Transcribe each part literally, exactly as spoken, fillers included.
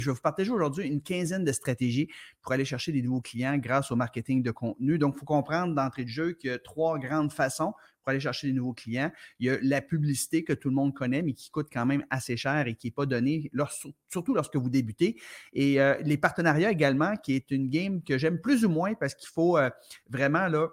Je vais vous partager aujourd'hui une quinzaine de stratégies pour aller chercher des nouveaux clients grâce au marketing de contenu. Donc, il faut comprendre d'entrée de jeu qu'il y a trois grandes façons pour aller chercher des nouveaux clients. Il y a la publicité que tout le monde connaît, mais qui coûte quand même assez cher et qui n'est pas donnée, lors, surtout lorsque vous débutez. Et euh, les partenariats également, qui est une game que j'aime plus ou moins parce qu'il faut euh, vraiment là,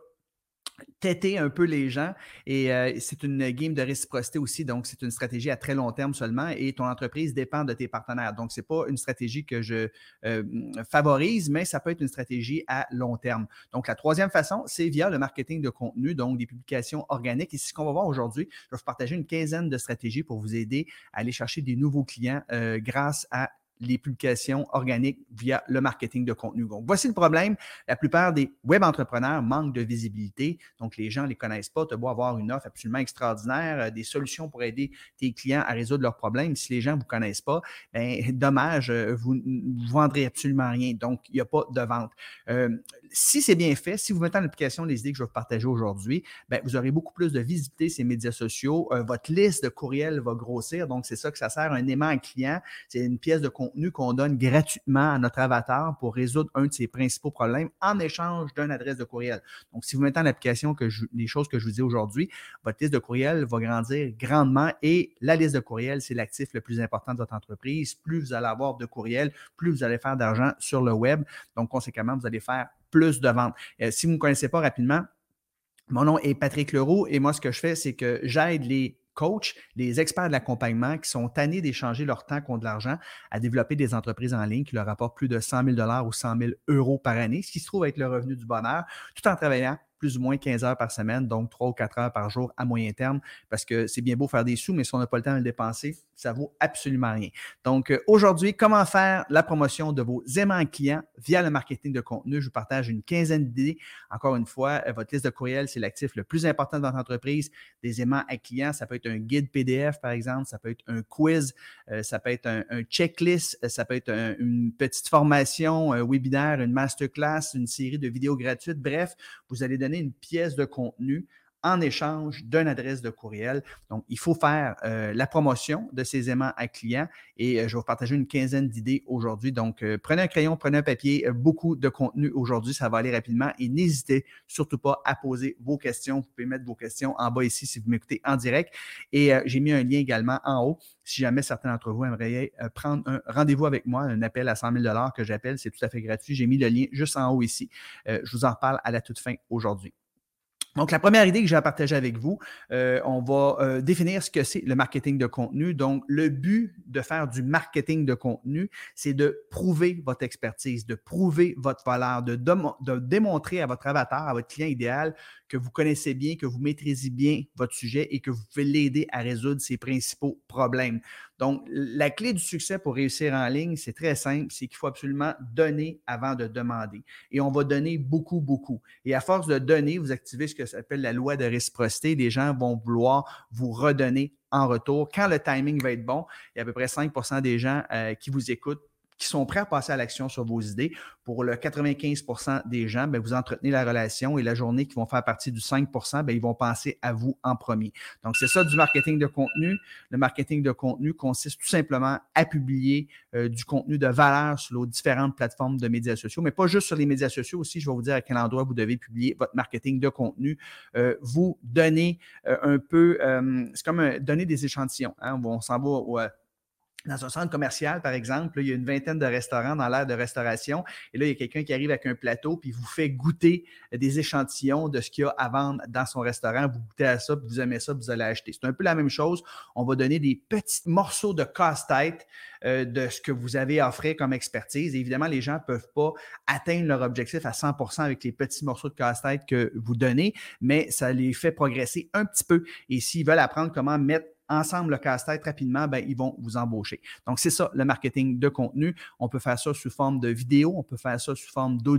têter un peu les gens et euh, c'est une game de réciprocité aussi, donc c'est une stratégie à très long terme seulement et ton entreprise dépend de tes partenaires. Donc, ce n'est pas une stratégie que je euh, favorise, mais ça peut être une stratégie à long terme. Donc, la troisième façon, c'est via le marketing de contenu, donc des publications organiques. Et c'est ce qu'on va voir aujourd'hui. Je vais vous partager une quinzaine de stratégies pour vous aider à aller chercher des nouveaux clients euh, grâce à les publications organiques via le marketing de contenu. Donc, voici le problème. La plupart des web entrepreneurs manquent de visibilité. Donc, les gens ne les connaissent pas. Tu as beau avoir une offre absolument extraordinaire, des solutions pour aider tes clients à résoudre leurs problèmes. Si les gens ne vous connaissent pas, bien, dommage, vous ne vendrez absolument rien. Donc, il n'y a pas de vente. Euh, si c'est bien fait, si vous mettez en application les idées que je vais vous partager aujourd'hui, bien, vous aurez beaucoup plus de visibilité sur les médias sociaux. Euh, votre liste de courriels va grossir. Donc, c'est ça que ça sert, un aimant à client. C'est une pièce de contenu qu'on donne gratuitement à notre avatar pour résoudre un de ses principaux problèmes en échange d'une adresse de courriel. Donc, si vous mettez en application que je, les choses que je vous dis aujourd'hui, votre liste de courriel va grandir grandement et la liste de courriel, c'est l'actif le plus important de votre entreprise. Plus vous allez avoir de courriels, plus vous allez faire d'argent sur le web. Donc, conséquemment, vous allez faire plus de ventes. Euh, si vous ne me connaissez pas rapidement, mon nom est Patrick Leroux et moi, ce que je fais, c'est que j'aide les coachs, les experts de l'accompagnement qui sont tannés d'échanger leur temps contre de l'argent à développer des entreprises en ligne qui leur rapportent plus de cent mille dollars ou cent mille euros par année, ce qui se trouve être le revenu du bonheur, tout en travaillant plus ou moins quinze heures par semaine, donc trois ou quatre heures par jour à moyen terme, parce que c'est bien beau faire des sous, mais si on n'a pas le temps de le dépenser, ça vaut absolument rien. Donc, euh, aujourd'hui, comment faire la promotion de vos aimants clients via le marketing de contenu? Je vous partage une quinzaine d'idées. Encore une fois, euh, votre liste de courriels, c'est l'actif le plus important de votre entreprise. Des aimants à clients, ça peut être un guide P D F, par exemple, ça peut être un quiz, euh, ça peut être un, un checklist, ça peut être un, une petite formation, un webinaire, une masterclass, une série de vidéos gratuites. Bref, vous allez donner une pièce de contenu en échange d'une adresse de courriel. Donc, il faut faire euh, la promotion de ces aimants à clients et euh, je vais vous partager une quinzaine d'idées aujourd'hui. Donc, euh, prenez un crayon, prenez un papier, euh, beaucoup de contenu aujourd'hui, ça va aller rapidement et n'hésitez surtout pas à poser vos questions. Vous pouvez mettre vos questions en bas ici si vous m'écoutez en direct et euh, j'ai mis un lien également en haut. Si jamais certains d'entre vous aimeraient euh, prendre un rendez-vous avec moi, un appel à cent mille dollars que j'appelle, c'est tout à fait gratuit. J'ai mis le lien juste en haut ici. Euh, je vous en reparle à la toute fin aujourd'hui. Donc, la première idée que j'ai à partager avec vous, euh, on va euh, définir ce que c'est le marketing de contenu. Donc, le but de faire du marketing de contenu, c'est de prouver votre expertise, de prouver votre valeur, de, de démontrer à votre avatar, à votre client idéal, que vous connaissez bien, que vous maîtrisez bien votre sujet et que vous pouvez l'aider à résoudre ses principaux problèmes. Donc, la clé du succès pour réussir en ligne, c'est très simple, c'est qu'il faut absolument donner avant de demander. Et on va donner beaucoup, beaucoup. Et à force de donner, vous activez ce que s'appelle la loi de réciprocité. Les gens vont vouloir vous redonner en retour. Quand le timing va être bon, il y a à peu près cinq pour cent des gens euh, qui vous écoutent qui sont prêts à passer à l'action sur vos idées. Pour le quatre-vingt-quinze pour cent des gens, bien, vous entretenez la relation et la journée qui vont faire partie du cinq pour cent, bien, ils vont penser à vous en premier. Donc, c'est ça du marketing de contenu. Le marketing de contenu consiste tout simplement à publier euh, du contenu de valeur sur les différentes plateformes de médias sociaux, mais pas juste sur les médias sociaux aussi. Je vais vous dire à quel endroit vous devez publier votre marketing de contenu. Euh, vous donnez euh, un peu, euh, c'est comme un, donner des échantillons. Hein? On s'en va au... Euh, Dans un centre commercial, par exemple, là, il y a une vingtaine de restaurants dans l'aire de restauration et là, il y a quelqu'un qui arrive avec un plateau puis il vous fait goûter des échantillons de ce qu'il y a à vendre dans son restaurant. Vous goûtez à ça, puis vous aimez ça, puis vous allez acheter. C'est un peu la même chose. On va donner des petits morceaux de casse-tête euh, de ce que vous avez à offrir comme expertise. Et évidemment, les gens ne peuvent pas atteindre leur objectif à cent pour cent avec les petits morceaux de casse-tête que vous donnez, mais ça les fait progresser un petit peu. Et s'ils veulent apprendre comment mettre ensemble le casse-tête rapidement, ben, ils vont vous embaucher. Donc, c'est ça, le marketing de contenu. On peut faire ça sous forme de vidéo, on peut faire ça sous forme d'audio,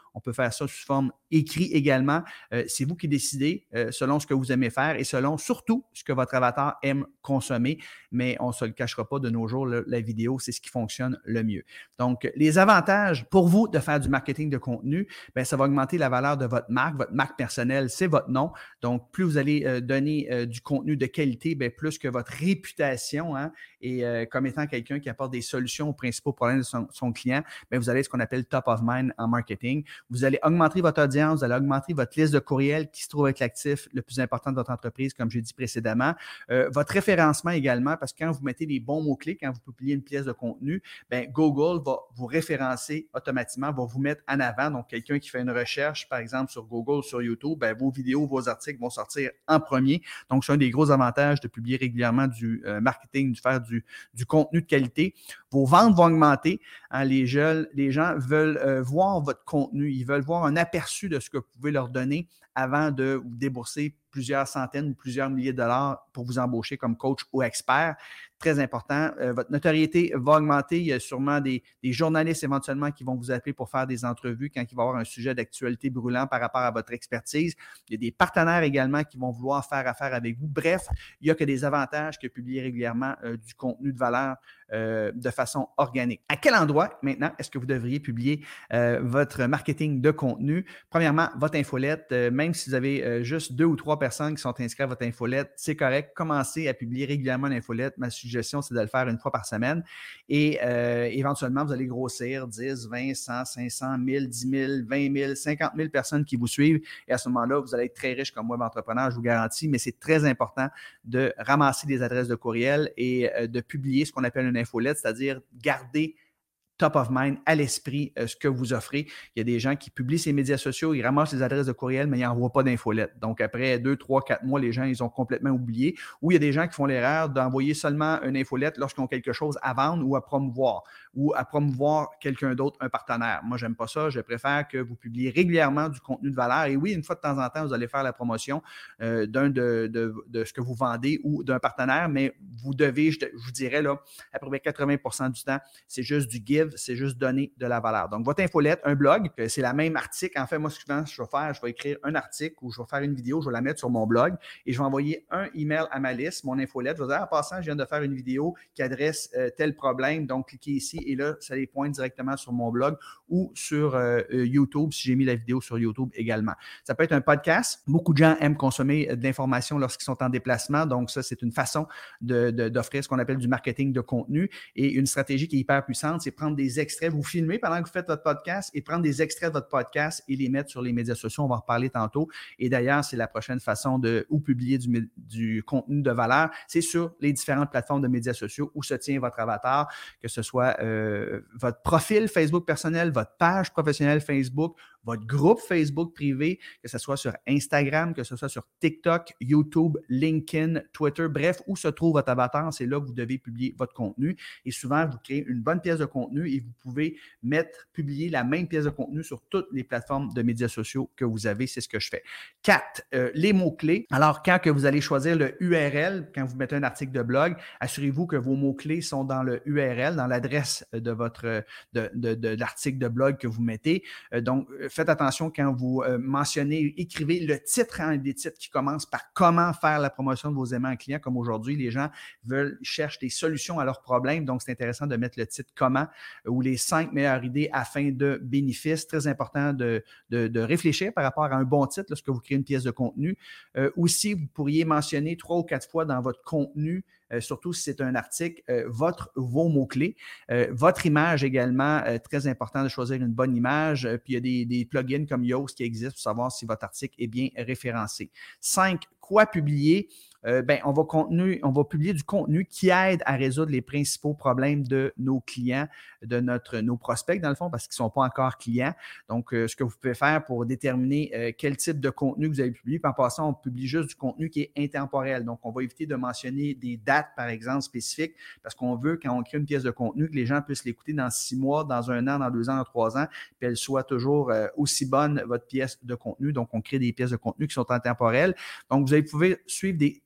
On peut faire ça sous forme écrit également. Euh, c'est vous qui décidez euh, selon ce que vous aimez faire et selon surtout ce que votre avatar aime consommer. Mais on ne se le cachera pas de nos jours, là, la vidéo, c'est ce qui fonctionne le mieux. Donc, les avantages pour vous de faire du marketing de contenu, bien, ça va augmenter la valeur de votre marque. Votre marque personnelle, c'est votre nom. Donc, plus vous allez euh, donner euh, du contenu de qualité, bien, plus que votre réputation hein, et euh, comme étant quelqu'un qui apporte des solutions aux principaux problèmes de son, son client, bien, vous allez être ce qu'on appelle top of mind en marketing. Vous allez augmenter votre audience, vous allez augmenter votre liste de courriels qui se trouve être l'actif le plus important de votre entreprise, comme j'ai dit précédemment. Euh, votre référencement également, parce que quand vous mettez les bons mots-clés, quand vous publiez une pièce de contenu, bien, Google va vous référencer automatiquement, va vous mettre en avant. Donc, quelqu'un qui fait une recherche, par exemple, sur Google, sur YouTube, bien, vos vidéos, vos articles vont sortir en premier. Donc, c'est un des gros avantages de publier régulièrement du euh, marketing, de faire du, du contenu de qualité. Vos ventes vont augmenter. Hein, les, jeunes, les gens veulent euh, voir votre contenu. Ils veulent voir un aperçu de ce que vous pouvez leur donner avant de vous débourser plusieurs centaines ou plusieurs milliers de dollars pour vous embaucher comme coach ou expert. Très important. Euh, votre notoriété va augmenter. Il y a sûrement des, des journalistes éventuellement qui vont vous appeler pour faire des entrevues quand il va y avoir un sujet d'actualité brûlant par rapport à votre expertise. Il y a des partenaires également qui vont vouloir faire affaire avec vous. Bref, il n'y a que des avantages que publier régulièrement euh, du contenu de valeur euh, de façon organique. À quel endroit, maintenant, est-ce que vous devriez publier euh, votre marketing de contenu? Premièrement, votre infolette. Euh, même si vous avez euh, juste deux ou trois personnes qui sont inscrites à votre infolette, c'est correct. Commencez à publier régulièrement l'infolette. Ma suggestion, c'est de le faire une fois par semaine. Et euh, éventuellement, vous allez grossir dix, vingt, cent, cinq cents, mille, dix mille, vingt mille, cinquante mille personnes qui vous suivent. Et à ce moment-là, vous allez être très riche comme web entrepreneur, je vous garantis. Mais c'est très important de ramasser des adresses de courriel et euh, de publier ce qu'on appelle une infolette, c'est-à-dire garder top of mind, à l'esprit, euh, ce que vous offrez. Il y a des gens qui publient ces médias sociaux, ils ramassent les adresses de courriel, mais ils n'envoient pas d'infolette. Donc, après deux, trois, quatre mois, les gens, ils ont complètement oublié. Ou il y a des gens qui font l'erreur d'envoyer seulement une infolette lorsqu'ils ont quelque chose à vendre ou à promouvoir, ou à promouvoir quelqu'un d'autre, un partenaire. Moi, j'aime pas ça. Je préfère que vous publiez régulièrement du contenu de valeur. Et oui, une fois de temps en temps, vous allez faire la promotion euh, d'un de, de, de ce que vous vendez ou d'un partenaire, mais vous devez, je, je vous dirais, là, à peu près quatre-vingts pour cent du temps, c'est juste du give, c'est juste donner de la valeur. Donc, votre infolette, un blog, c'est la même article. En fait, moi, souvent, ce que je vais faire, je vais écrire un article ou je vais faire une vidéo, je vais la mettre sur mon blog et je vais envoyer un email à ma liste, mon infolette. Je vais dire, en passant, je viens de faire une vidéo qui adresse euh, tel problème. Donc, cliquez ici et là, ça les pointe directement sur mon blog ou sur euh, YouTube, si j'ai mis la vidéo sur YouTube également. Ça peut être un podcast. Beaucoup de gens aiment consommer de l'information lorsqu'ils sont en déplacement. Donc, ça, c'est une façon de, de, d'offrir ce qu'on appelle du marketing de contenu. Et une stratégie qui est hyper puissante, c'est prendre des extraits, vous filmer pendant que vous faites votre podcast et prendre des extraits de votre podcast et les mettre sur les médias sociaux. On va en reparler tantôt. Et d'ailleurs, c'est la prochaine façon de où publier du, du contenu de valeur. C'est sur les différentes plateformes de médias sociaux où se tient votre avatar, que ce soit euh, votre profil Facebook personnel, votre page professionnelle Facebook, votre groupe Facebook privé, que ce soit sur Instagram, que ce soit sur TikTok, YouTube, LinkedIn, Twitter, bref, où se trouve votre avatar, c'est là que vous devez publier votre contenu. Et souvent, vous créez une bonne pièce de contenu et vous pouvez mettre, publier la même pièce de contenu sur toutes les plateformes de médias sociaux que vous avez. C'est ce que je fais. Quatre, euh, les mots-clés. Alors, quand que vous allez choisir le U R L, quand vous mettez un article de blog, assurez-vous que vos mots-clés sont dans le U R L, dans l'adresse de votre de, de, de, de l'article de blog que vous mettez. Euh, donc, faites attention quand vous euh, mentionnez, écrivez le titre, hein, des titres qui commencent par comment faire la promotion de vos aimants clients, comme aujourd'hui, les gens veulent, cherchent des solutions à leurs problèmes. Donc, c'est intéressant de mettre le titre comment ou les cinq meilleures idées à fin de bénéfice. Très important de, de, de réfléchir par rapport à un bon titre lorsque vous créez une pièce de contenu. Euh, aussi, vous pourriez mentionner trois ou quatre fois dans votre contenu, Euh, surtout si c'est un article, euh, votre, vos mots-clés. Euh, votre image également, euh, très important de choisir une bonne image. Euh, puis il y a des, des plugins comme Yoast qui existent pour savoir si votre article est bien référencé. Cinq, quoi publier? Euh, ben, on va, contenu, on va publier du contenu qui aide à résoudre les principaux problèmes de nos clients, de notre, nos prospects, dans le fond, parce qu'ils ne sont pas encore clients. Donc, euh, ce que vous pouvez faire pour déterminer euh, quel type de contenu vous allez publier. Puis en passant, on publie juste du contenu qui est intemporel. Donc, on va éviter de mentionner des dates, par exemple, spécifiques, parce qu'on veut, quand on crée une pièce de contenu, que les gens puissent l'écouter dans six mois, dans un an, dans deux ans, dans trois ans, puis elle soit toujours euh, aussi bonne, votre pièce de contenu. Donc, on crée des pièces de contenu qui sont intemporelles. Donc, vous allez pouvoir suivre des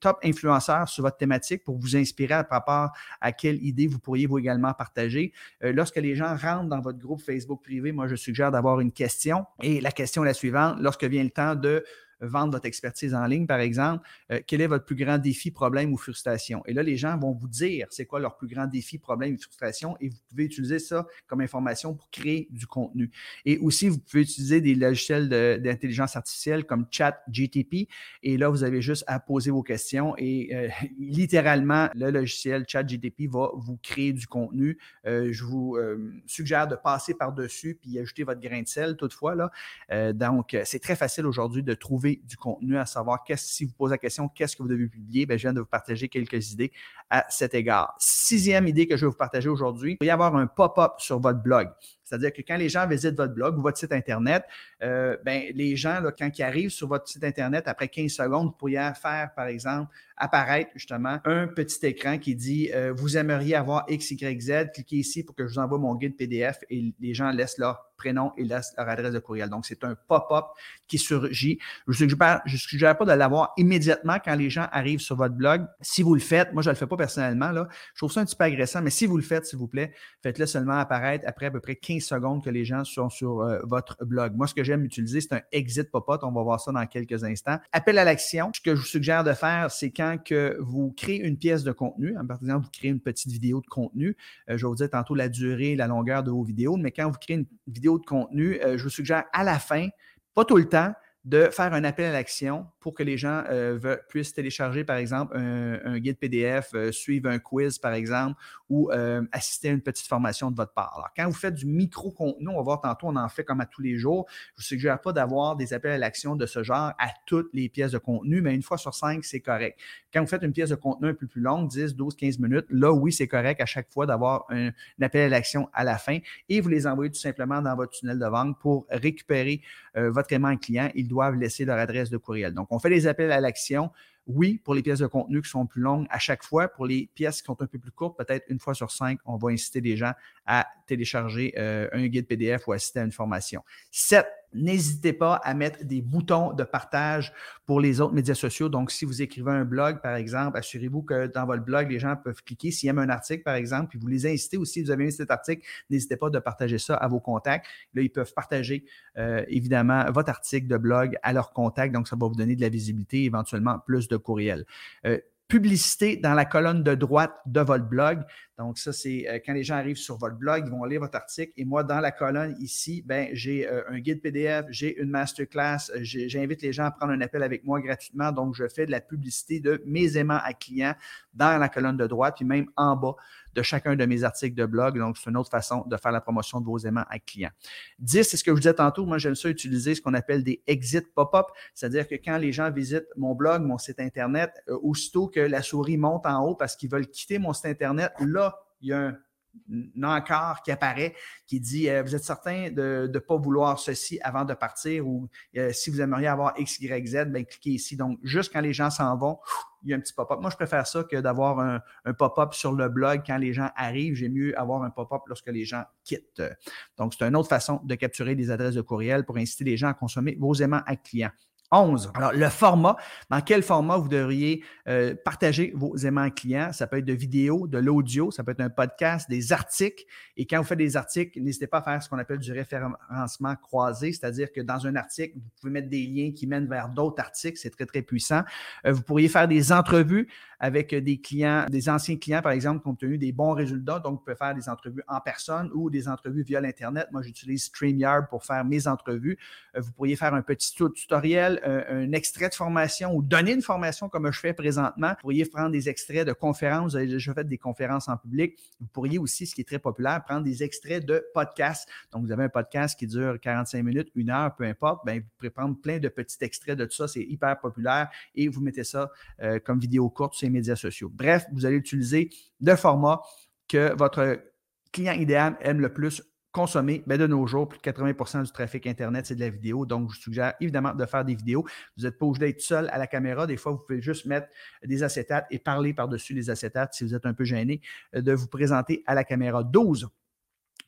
top influenceurs sur votre thématique pour vous inspirer à rapport à quelle idée vous pourriez vous également partager. Euh, lorsque les gens rentrent dans votre groupe Facebook privé, moi, je suggère d'avoir une question. Et la question est la suivante. Lorsque vient le temps de vendre votre expertise en ligne, par exemple, euh, quel est votre plus grand défi, problème ou frustration? Et là, les gens vont vous dire c'est quoi leur plus grand défi, problème ou frustration et vous pouvez utiliser ça comme information pour créer du contenu. Et aussi, vous pouvez utiliser des logiciels de, d'intelligence artificielle comme ChatGPT et là, vous avez juste à poser vos questions et euh, littéralement, le logiciel ChatGPT va vous créer du contenu. Euh, je vous euh, suggère de passer par-dessus puis ajouter votre grain de sel toutefois. Là. Euh, donc, c'est très facile aujourd'hui de trouver du contenu, à savoir si vous posez la question qu'est-ce que vous devez publier, bien, je viens de vous partager quelques idées à cet égard. Sixième idée que je vais vous partager aujourd'hui, il va y avoir un pop-up sur votre blog. C'est-à-dire que quand les gens visitent votre blog ou votre site Internet, euh, ben, les gens, là, quand ils arrivent sur votre site Internet, après quinze secondes, vous pourriez faire, par exemple, apparaître justement un petit écran qui dit euh, « Vous aimeriez avoir X, Y, Z, cliquez ici pour que je vous envoie mon guide P D F » et les gens laissent leur prénom et laissent leur adresse de courriel. Donc, c'est un pop-up qui surgit. Je ne suggère, je suggère pas de l'avoir immédiatement quand les gens arrivent sur votre blog. Si vous le faites, moi, je ne le fais pas personnellement, là, je trouve ça un petit peu agressant, mais si vous le faites, s'il vous plaît, faites-le seulement apparaître après à peu près quinze secondes que les gens sont sur euh, votre blog. Moi, ce que j'aime utiliser, c'est un exit pop-up. On va voir ça dans quelques instants. Appel à l'action. Ce que je vous suggère de faire, c'est quand que vous créez une pièce de contenu, par exemple, vous créez une petite vidéo de contenu. Euh, je vais vous dire tantôt la durée, la longueur de vos vidéos, mais quand vous créez une vidéo de contenu, euh, je vous suggère à la fin, pas tout le temps, de faire un appel à l'action pour que les gens euh, veulent, puissent télécharger, par exemple, un, un guide P D F, euh, suivre un quiz, par exemple, ou euh, assister à une petite formation de votre part. Alors, quand vous faites du micro-contenu, on va voir tantôt, on en fait comme à tous les jours. Je ne vous suggère pas d'avoir des appels à l'action de ce genre à toutes les pièces de contenu, mais une fois sur cinq, c'est correct. Quand vous faites une pièce de contenu un peu plus longue, dix, douze, quinze minutes, là, oui, c'est correct à chaque fois d'avoir un, un appel à l'action à la fin et vous les envoyez tout simplement dans votre tunnel de vente pour récupérer euh, votre aimant client. Ils doivent laisser leur adresse de courriel. Donc, on fait des appels à l'action. Oui, pour les pièces de contenu qui sont plus longues à chaque fois. Pour les pièces qui sont un peu plus courtes, peut-être une fois sur cinq, on va inciter les gens à télécharger euh, un guide P D F ou assister à une formation. Sept, n'hésitez pas à mettre des boutons de partage pour les autres médias sociaux. Donc, si vous écrivez un blog, par exemple, assurez-vous que dans votre blog, les gens peuvent cliquer. S'ils aiment un article, par exemple, puis vous les incitez aussi, vous avez mis cet article, n'hésitez pas de partager ça à vos contacts. Là, ils peuvent partager, euh, évidemment, votre article de blog à leurs contacts. Donc, ça va vous donner de la visibilité, éventuellement plus de courriels. Euh, publicité dans la colonne de droite de votre blog. Donc, ça, c'est euh, quand les gens arrivent sur votre blog, ils vont lire votre article. Et moi, dans la colonne ici, ben, j'ai euh, un guide P D F, j'ai une masterclass. J'ai, j'invite les gens à prendre un appel avec moi gratuitement. Donc, je fais de la publicité de mes aimants à clients dans la colonne de droite, puis même en bas de chacun de mes articles de blog. Donc, c'est une autre façon de faire la promotion de vos aimants à clients. dix, c'est ce que je vous disais tantôt. Moi, j'aime ça utiliser ce qu'on appelle des exit pop-up. C'est-à-dire que quand les gens visitent mon blog, mon site Internet, euh, aussitôt que la souris monte en haut parce qu'ils veulent quitter mon site Internet, là, il y a un un encart qui apparaît, qui dit euh, vous êtes certain de ne pas vouloir ceci avant de partir ou euh, si vous aimeriez avoir X, Y, Z, bien, cliquez ici. Donc, juste quand les gens s'en vont, il y a un petit pop-up. Moi, je préfère ça que d'avoir un, un pop-up sur le blog quand les gens arrivent. J'aime mieux avoir un pop-up lorsque les gens quittent. Donc, c'est une autre façon de capturer des adresses de courriel pour inciter les gens à consommer vos aimants à clients. onze. Alors, le format, dans quel format vous devriez euh, partager vos aimants clients? Ça peut être de vidéo, de l'audio, ça peut être un podcast, des articles. Et quand vous faites des articles, n'hésitez pas à faire ce qu'on appelle du référencement croisé, c'est-à-dire que dans un article, vous pouvez mettre des liens qui mènent vers d'autres articles. C'est très, très puissant. Euh, vous pourriez faire des entrevues avec des clients, des anciens clients, par exemple, qui ont obtenu des bons résultats. Donc, vous pouvez faire des entrevues en personne ou des entrevues via l'Internet. Moi, j'utilise StreamYard pour faire mes entrevues. Euh, vous pourriez faire un petit tutoriel, un, un extrait de formation ou donner une formation comme je fais présentement. Vous pourriez prendre des extraits de conférences. Vous avez déjà fait des conférences en public. Vous pourriez aussi, ce qui est très populaire, prendre des extraits de podcasts. Donc, vous avez un podcast qui dure quarante-cinq minutes, une heure, peu importe. Bien, vous pouvez prendre plein de petits extraits de tout ça. C'est hyper populaire et vous mettez ça euh, comme vidéo courte sur les médias sociaux. Bref, vous allez utiliser le format que votre client idéal aime le plus consommer. Bien, de nos jours, plus de quatre-vingts pour cent du trafic Internet, c'est de la vidéo. Donc, je vous suggère évidemment de faire des vidéos. Vous n'êtes pas obligé d'être seul à la caméra. Des fois, vous pouvez juste mettre des acétates et parler par-dessus les acétates si vous êtes un peu gêné de vous présenter à la caméra. douze.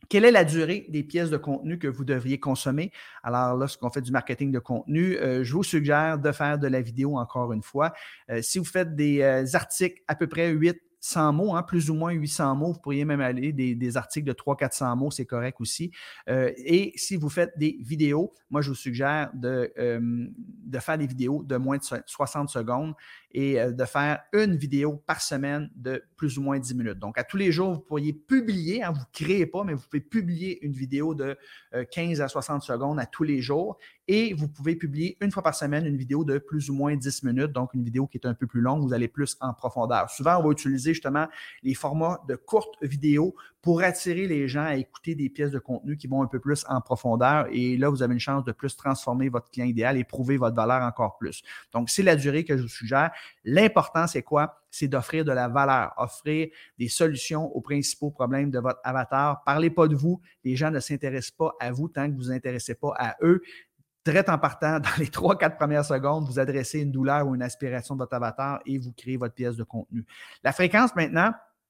Quelle est la durée des pièces de contenu que vous devriez consommer? Alors, lorsqu'on fait du marketing de contenu, euh, je vous suggère de faire de la vidéo encore une fois. Euh, si vous faites des euh, articles à peu près huit cents mots, hein, plus ou moins huit cents mots, vous pourriez même aller des, des articles de trois cents à quatre cents mots, c'est correct aussi. Euh, et si vous faites des vidéos, moi, je vous suggère de, euh, de faire des vidéos de moins de soixante secondes et euh, de faire une vidéo par semaine de plus ou moins dix minutes. Donc, à tous les jours, vous pourriez publier, hein, vous ne créez pas, mais vous pouvez publier une vidéo de euh, quinze à soixante secondes à tous les jours et vous pouvez publier une fois par semaine une vidéo de plus ou moins dix minutes, donc une vidéo qui est un peu plus longue, vous allez plus en profondeur. Souvent, on va utiliser justement les formats de courtes vidéos pour attirer les gens à écouter des pièces de contenu qui vont un peu plus en profondeur et là, vous avez une chance de plus transformer votre client idéal et prouver votre valeur encore plus. Donc, c'est la durée que je vous suggère. L'important, c'est quoi? C'est d'offrir de la valeur, offrir des solutions aux principaux problèmes de votre avatar. Parlez pas de vous. Les gens ne s'intéressent pas à vous tant que vous ne vous intéressez pas à eux. Direct en partant, dans les trois quatre premières secondes, vous adressez une douleur ou une aspiration de votre avatar et vous créez votre pièce de contenu. La fréquence maintenant,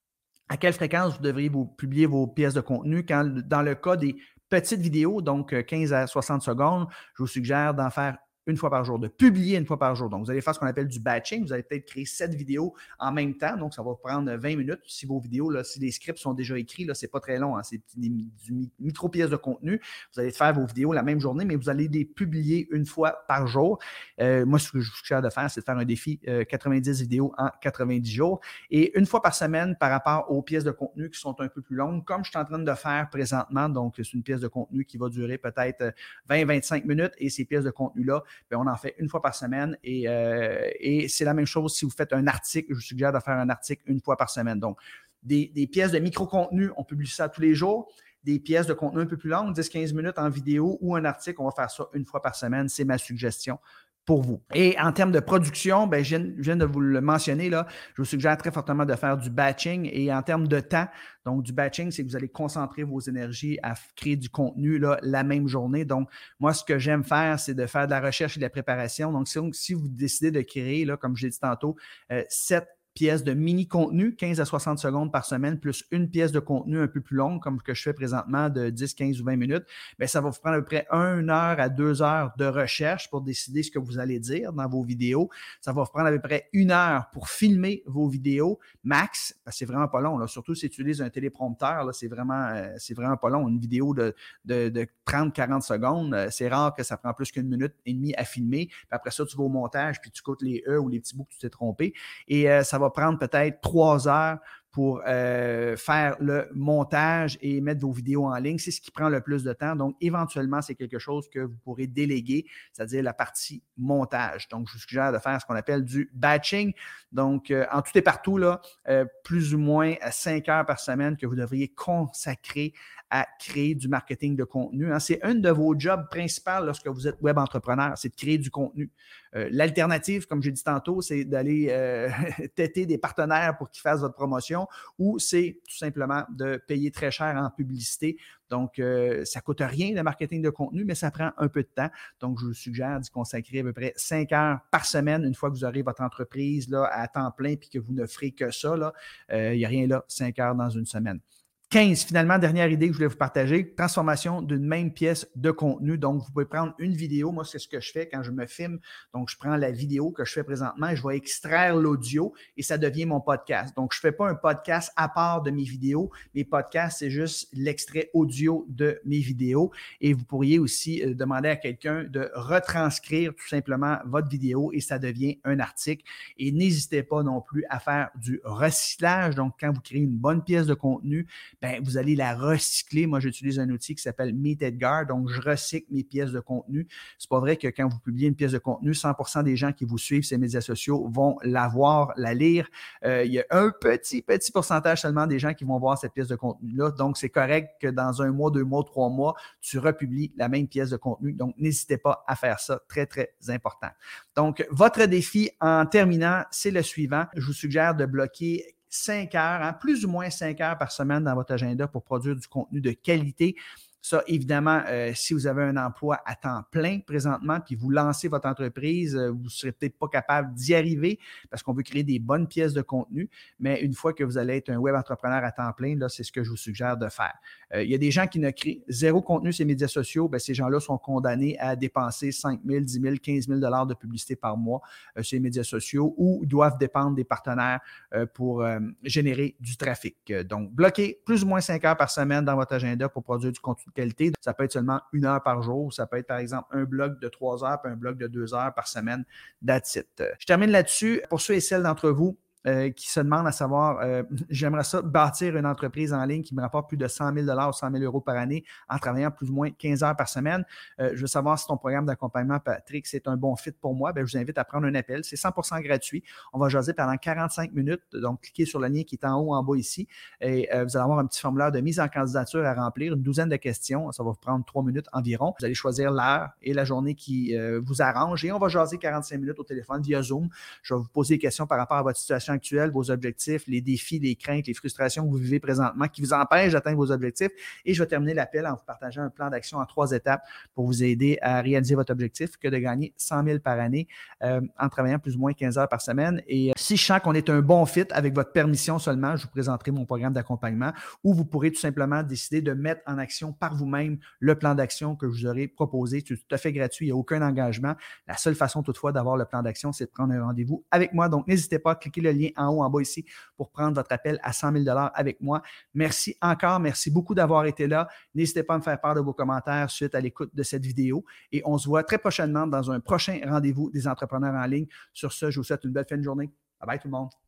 à quelle fréquence vous devriez vous publier vos pièces de contenu? Quand, dans le cas des petites vidéos, donc quinze à soixante secondes, je vous suggère d'en faire une fois par jour, de publier une fois par jour. Donc, vous allez faire ce qu'on appelle du batching. Vous allez peut-être créer sept vidéos en même temps. Donc, ça va vous prendre vingt minutes. Si vos vidéos, là, si les scripts sont déjà écrits, ce n'est pas très long. Hein, c'est des, des micro-pièces de contenu. Vous allez faire vos vidéos la même journée, mais vous allez les publier une fois par jour. Euh, moi, ce que je vous suggère de faire, c'est de faire un défi euh, quatre-vingt-dix vidéos en quatre-vingt-dix jours. Et une fois par semaine, par rapport aux pièces de contenu qui sont un peu plus longues, comme je suis en train de faire présentement, donc c'est une pièce de contenu qui va durer peut-être vingt à vingt-cinq minutes et ces pièces de contenu-là, bien, on en fait une fois par semaine et, euh, et c'est la même chose si vous faites un article. Je vous suggère de faire un article une fois par semaine. Donc, des, des pièces de micro-contenu, on publie ça tous les jours. Des pièces de contenu un peu plus longues, dix à quinze minutes en vidéo ou un article, on va faire ça une fois par semaine. C'est ma suggestion pour vous. Et en termes de production, ben, je, viens, je viens de vous le mentionner, là, je vous suggère très fortement de faire du batching. Et en termes de temps, donc du batching, c'est que vous allez concentrer vos énergies à créer du contenu là, la même journée. Donc, moi, ce que j'aime faire, c'est de faire de la recherche et de la préparation. Donc, si, si vous décidez de créer, là, comme je l'ai dit tantôt, euh, sept pièces de mini-contenu, quinze à soixante secondes par semaine, plus une pièce de contenu un peu plus longue, comme que je fais présentement de dix, quinze ou vingt minutes, bien, ça va vous prendre à peu près une heure à deux heures de recherche pour décider ce que vous allez dire dans vos vidéos. Ça va vous prendre à peu près une heure pour filmer vos vidéos max, parce que c'est vraiment pas long. Là. Surtout si tu utilises un téléprompteur, là, c'est vraiment, euh, c'est vraiment pas long. Une vidéo de, de, de trente à quarante secondes, euh, c'est rare que ça prend plus qu'une minute et demie à filmer. Puis après ça, tu vas au montage, puis tu coutes les E ou les petits bouts que tu t'es trompé. Et euh, ça va prendre peut-être trois heures pour euh, faire le montage et mettre vos vidéos en ligne. C'est ce qui prend le plus de temps. Donc, éventuellement, c'est quelque chose que vous pourrez déléguer, c'est-à-dire la partie montage. Donc, je vous suggère de faire ce qu'on appelle du batching. Donc, euh, en tout et partout, là, euh, plus ou moins à cinq heures par semaine que vous devriez consacrer à créer du marketing de contenu. Hein. C'est un de vos jobs principaux lorsque vous êtes web entrepreneur, c'est de créer du contenu. Euh, l'alternative, comme j'ai dit tantôt, c'est d'aller euh, têter des partenaires pour qu'ils fassent votre promotion ou c'est tout simplement de payer très cher en publicité. Donc, euh, ça ne coûte rien le marketing de contenu, mais ça prend un peu de temps. Donc, je vous suggère d'y consacrer à peu près cinq heures par semaine une fois que vous aurez votre entreprise là, à temps plein et que vous ne ferez que ça. Il euh, n'y a rien là, cinq heures dans une semaine. quinze, finalement, dernière idée que je voulais vous partager, transformation d'une même pièce de contenu. Donc, vous pouvez prendre une vidéo. Moi, c'est ce que je fais quand je me filme. Donc, je prends la vidéo que je fais présentement et je vais extraire l'audio et ça devient mon podcast. Donc, je ne fais pas un podcast à part de mes vidéos. Mes podcasts, c'est juste l'extrait audio de mes vidéos. Et vous pourriez aussi euh, demander à quelqu'un de retranscrire tout simplement votre vidéo et ça devient un article. Et n'hésitez pas non plus à faire du recyclage. Donc, quand vous créez une bonne pièce de contenu, ben, vous allez la recycler. Moi, j'utilise un outil qui s'appelle MeetEdgar, donc je recycle mes pièces de contenu. C'est pas vrai que quand vous publiez une pièce de contenu, cent pour cent des gens qui vous suivent sur les médias sociaux vont la voir, la lire. Euh, il y a un petit, petit pourcentage seulement des gens qui vont voir cette pièce de contenu-là. Donc, c'est correct que dans un mois, deux mois, trois mois, tu republies la même pièce de contenu. Donc, n'hésitez pas à faire ça. Très, très important. Donc, votre défi en terminant, c'est le suivant. Je vous suggère de bloquer cinq heures, hein, plus ou moins cinq heures par semaine dans votre agenda pour produire du contenu de qualité. Ça, évidemment, euh, si vous avez un emploi à temps plein présentement, puis vous lancez votre entreprise, euh, vous ne serez peut-être pas capable d'y arriver parce qu'on veut créer des bonnes pièces de contenu, mais une fois que vous allez être un web entrepreneur à temps plein, là, c'est ce que je vous suggère de faire. Euh, il y a des gens qui ne créent zéro contenu sur les médias sociaux, bien, ces gens-là sont condamnés à dépenser cinq mille, dix mille, quinze mille dollars de publicité par mois euh, sur les médias sociaux ou doivent dépendre des partenaires euh, pour euh, générer du trafic. Euh, donc, bloquez plus ou moins cinq heures par semaine dans votre agenda pour produire du contenu de qualité. Ça peut être seulement une heure par jour. Ça peut être, par exemple, un blog de trois heures puis un blog de deux heures par semaine. That's it. Je termine là-dessus. Pour ceux et celles d'entre vous Euh, qui se demandent à savoir, euh, j'aimerais ça bâtir une entreprise en ligne qui me rapporte plus de cent mille dollars ou cent mille euros par année en travaillant plus ou moins quinze heures par semaine. Euh, je veux savoir si ton programme d'accompagnement, Patrick, c'est un bon fit pour moi. Bien, je vous invite à prendre un appel. C'est cent pour cent gratuit. On va jaser pendant quarante-cinq minutes. Donc, cliquez sur le lien qui est en haut, en bas ici. Et euh, vous allez avoir un petit formulaire de mise en candidature à remplir, une douzaine de questions. Ça va vous prendre trois minutes environ. Vous allez choisir l'heure et la journée qui euh, vous arrange et on va jaser quarante-cinq minutes au téléphone via Zoom. Je vais vous poser des questions par rapport à votre situation actuelle, vos objectifs, les défis, les craintes, les frustrations que vous vivez présentement qui vous empêchent d'atteindre vos objectifs. Et je vais terminer l'appel en vous partageant un plan d'action en trois étapes pour vous aider à réaliser votre objectif que de gagner cent mille par année euh, en travaillant plus ou moins quinze heures par semaine. Et euh, si je sens qu'on est un bon fit, avec votre permission seulement, je vous présenterai mon programme d'accompagnement où vous pourrez tout simplement décider de mettre en action par vous-même le plan d'action que je vous aurai proposé. C'est tout à fait gratuit, il n'y a aucun engagement. La seule façon toutefois d'avoir le plan d'action, c'est de prendre un rendez-vous avec moi. Donc, n'hésitez pas à cliquer le lien en haut, en bas ici pour prendre votre appel à cent mille dollars avec moi. Merci encore. Merci beaucoup d'avoir été là. N'hésitez pas à me faire part de vos commentaires suite à l'écoute de cette vidéo et on se voit très prochainement dans un prochain rendez-vous des entrepreneurs en ligne. Sur ce, je vous souhaite une belle fin de journée. Bye bye tout le monde.